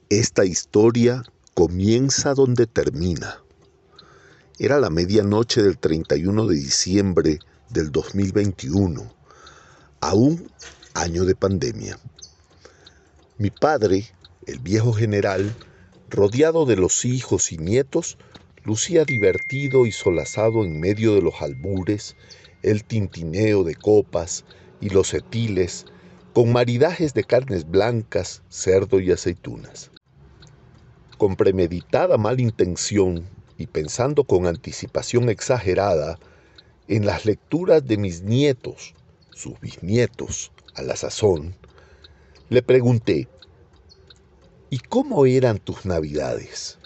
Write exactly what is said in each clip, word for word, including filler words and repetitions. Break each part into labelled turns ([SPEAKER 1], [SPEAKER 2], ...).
[SPEAKER 1] Esta historia comienza donde termina. Era la medianoche del treinta y uno de diciembre del dos mil veintiuno, aún año de pandemia. Mi padre, el viejo general, rodeado de los hijos y nietos, lucía divertido y solazado en medio de los albures, el tintineo de copas y los setiles, con maridajes de carnes blancas, cerdo y aceitunas. Con premeditada mala intención y pensando con anticipación exagerada en las lecturas de mis nietos, sus bisnietos, a la sazón, le pregunté: ¿y cómo eran tus navidades?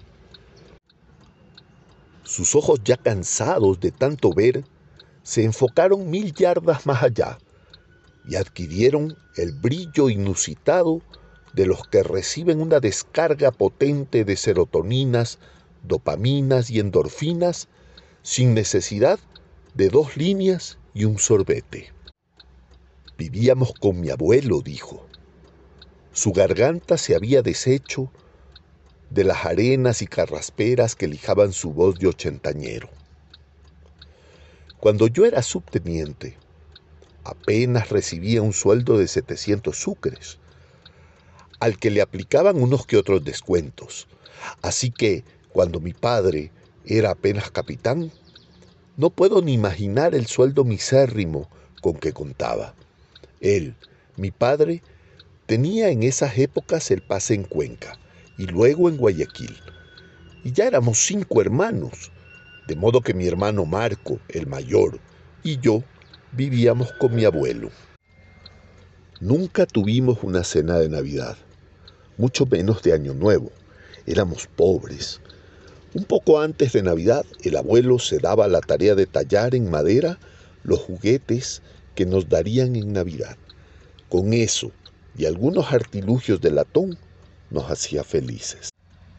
[SPEAKER 1] Sus ojos, ya cansados de tanto ver, se enfocaron mil yardas más allá y adquirieron el brillo inusitado de los que reciben una descarga potente de serotoninas, dopaminas y endorfinas sin necesidad de dos líneas y un sorbete. Vivíamos con mi abuelo, dijo. Su garganta se había deshecho de las arenas y carrasperas que lijaban su voz de ochentañero. Cuando yo era subteniente, apenas recibía un sueldo de setecientos sucres, al que le aplicaban unos que otros descuentos. Así que, cuando mi padre era apenas capitán, no puedo ni imaginar el sueldo misérrimo con que contaba. Él, mi padre, tenía en esas épocas el pase en Cuenca y luego en Guayaquil. Y ya éramos cinco hermanos, de modo que mi hermano Marco, el mayor, y yo vivíamos con mi abuelo. Nunca tuvimos una cena de Navidad, mucho menos de Año Nuevo. Éramos pobres. Un poco antes de Navidad, el abuelo se daba la tarea de tallar en madera los juguetes que nos darían en Navidad. Con eso y algunos artilugios de latón, nos hacía felices.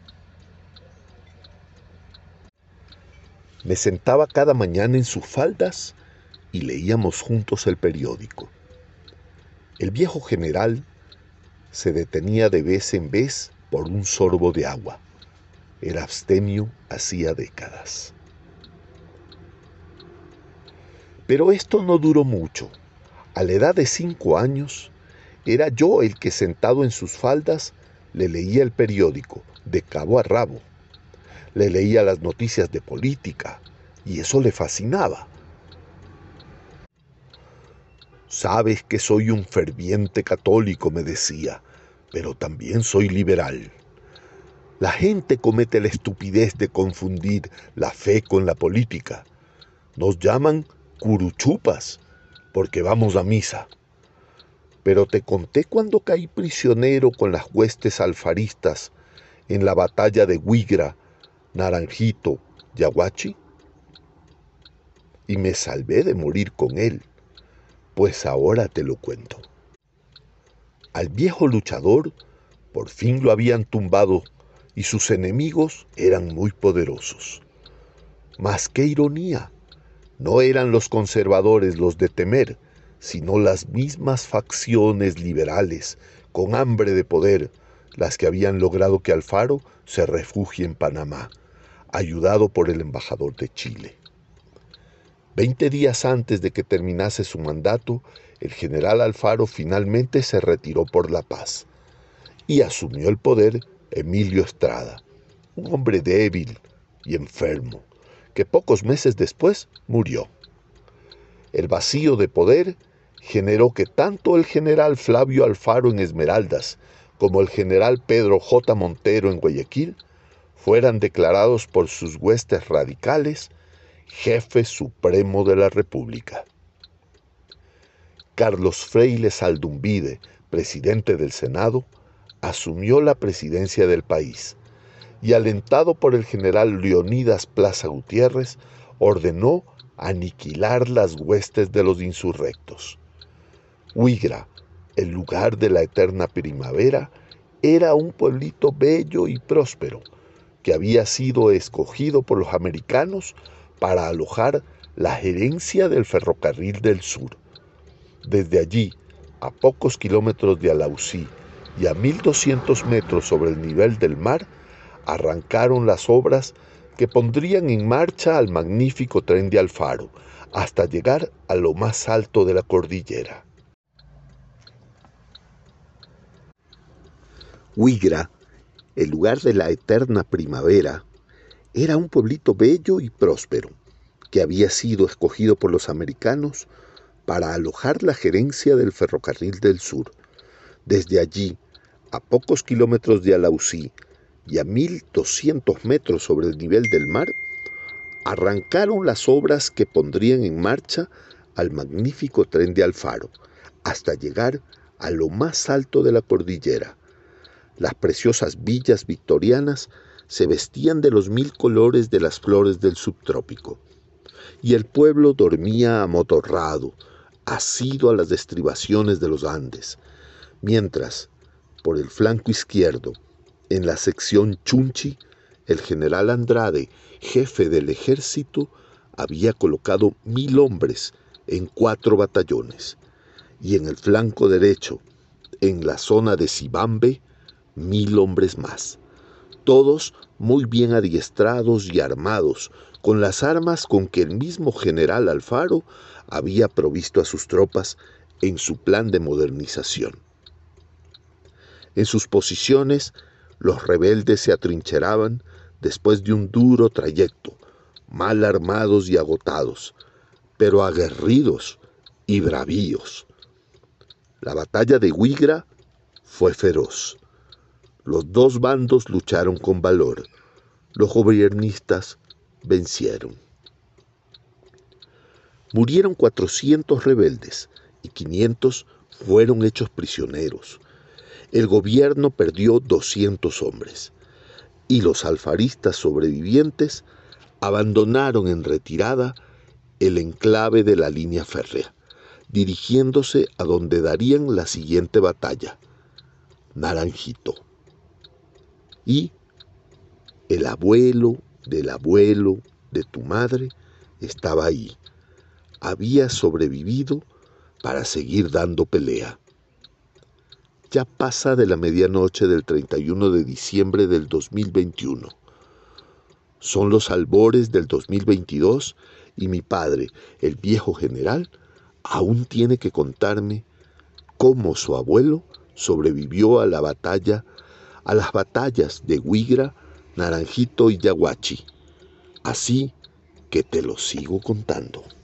[SPEAKER 1] Me sentaba cada mañana en sus faldas y leíamos juntos el periódico. El viejo general se detenía de vez en vez por un sorbo de agua. Era abstemio hacía décadas. Pero esto no duró mucho. A la edad de cinco años, era yo el que, sentado en sus faldas, le leía el periódico de cabo a rabo. Le leía las noticias de política y eso le fascinaba. Sabes que soy un ferviente católico, me decía, pero también soy liberal. La gente comete la estupidez de confundir la fe con la política. Nos llaman curuchupas porque vamos a misa. Pero te conté cuando caí prisionero con las huestes alfaristas en la batalla de Huigra, Naranjito, Yaguachi, y me salvé de morir con él. Pues ahora te lo cuento. Al viejo luchador por fin lo habían tumbado y sus enemigos eran muy poderosos. Mas qué ironía, no eran los conservadores los de temer, sino las mismas facciones liberales con hambre de poder, las que habían logrado que Alfaro se refugie en Panamá, ayudado por el embajador de Chile. Veinte días antes de que terminase su mandato, el general Alfaro finalmente se retiró por la paz y asumió el poder Emilio Estrada, un hombre débil y enfermo, que pocos meses después murió. El vacío de poder generó que tanto el general Flavio Alfaro en Esmeraldas como el general Pedro J. Montero en Guayaquil fueran declarados por sus huestes radicales jefe supremo de la República. Carlos Freile Saldumbide, presidente del Senado, asumió la presidencia del país y, alentado por el general Leonidas Plaza Gutiérrez, ordenó aniquilar las huestes de los insurrectos. Huigra, el lugar de la eterna primavera, era un pueblito bello y próspero que había sido escogido por los americanos para alojar la gerencia del Ferrocarril del Sur. Desde allí, a pocos kilómetros de Alausí y a mil doscientos metros sobre el nivel del mar arrancaron las obras que pondrían en marcha al magnífico tren de Alfaro hasta llegar a lo más alto de la cordillera. Huigra, el lugar de la eterna primavera, era un pueblito bello y próspero que había sido escogido por los americanos para alojar la gerencia del Ferrocarril del Sur. Desde allí, a pocos kilómetros de Alausí y a mil doscientos metros sobre el nivel del mar, arrancaron las obras que pondrían en marcha al magnífico tren de Alfaro, hasta llegar a lo más alto de la cordillera. Las preciosas villas victorianas se vestían de los mil colores de las flores del subtrópico, y el pueblo dormía amotorrado, asido a las estribaciones de los Andes, mientras, por el flanco izquierdo, en la sección Chunchi, el general Andrade, jefe del ejército, había colocado mil hombres en cuatro batallones, y en el flanco derecho, en la zona de Sibambe, mil hombres más, todos muy bien adiestrados y armados con las armas con que el mismo general Alfaro había provisto a sus tropas en su plan de modernización. En sus posiciones, los rebeldes se atrincheraban después de un duro trayecto, mal armados y agotados, pero aguerridos y bravíos. La batalla de Huigra fue feroz. Los dos bandos lucharon con valor. Los gobiernistas vencieron. Murieron cuatrocientos rebeldes y quinientos fueron hechos prisioneros. El gobierno perdió doscientos hombres y los alfaristas sobrevivientes abandonaron en retirada el enclave de la línea férrea, dirigiéndose a donde darían la siguiente batalla, Naranjito. Y el abuelo del abuelo de tu madre estaba ahí. Había sobrevivido para seguir dando pelea. Ya pasa de la medianoche del treinta y uno de diciembre del dos mil veintiuno. Son los albores del dos mil veintidós y mi padre, el viejo general, aún tiene que contarme cómo su abuelo sobrevivió a la batalla, a las batallas de Huigra, Naranjito y Yaguachi. Así que te lo sigo contando.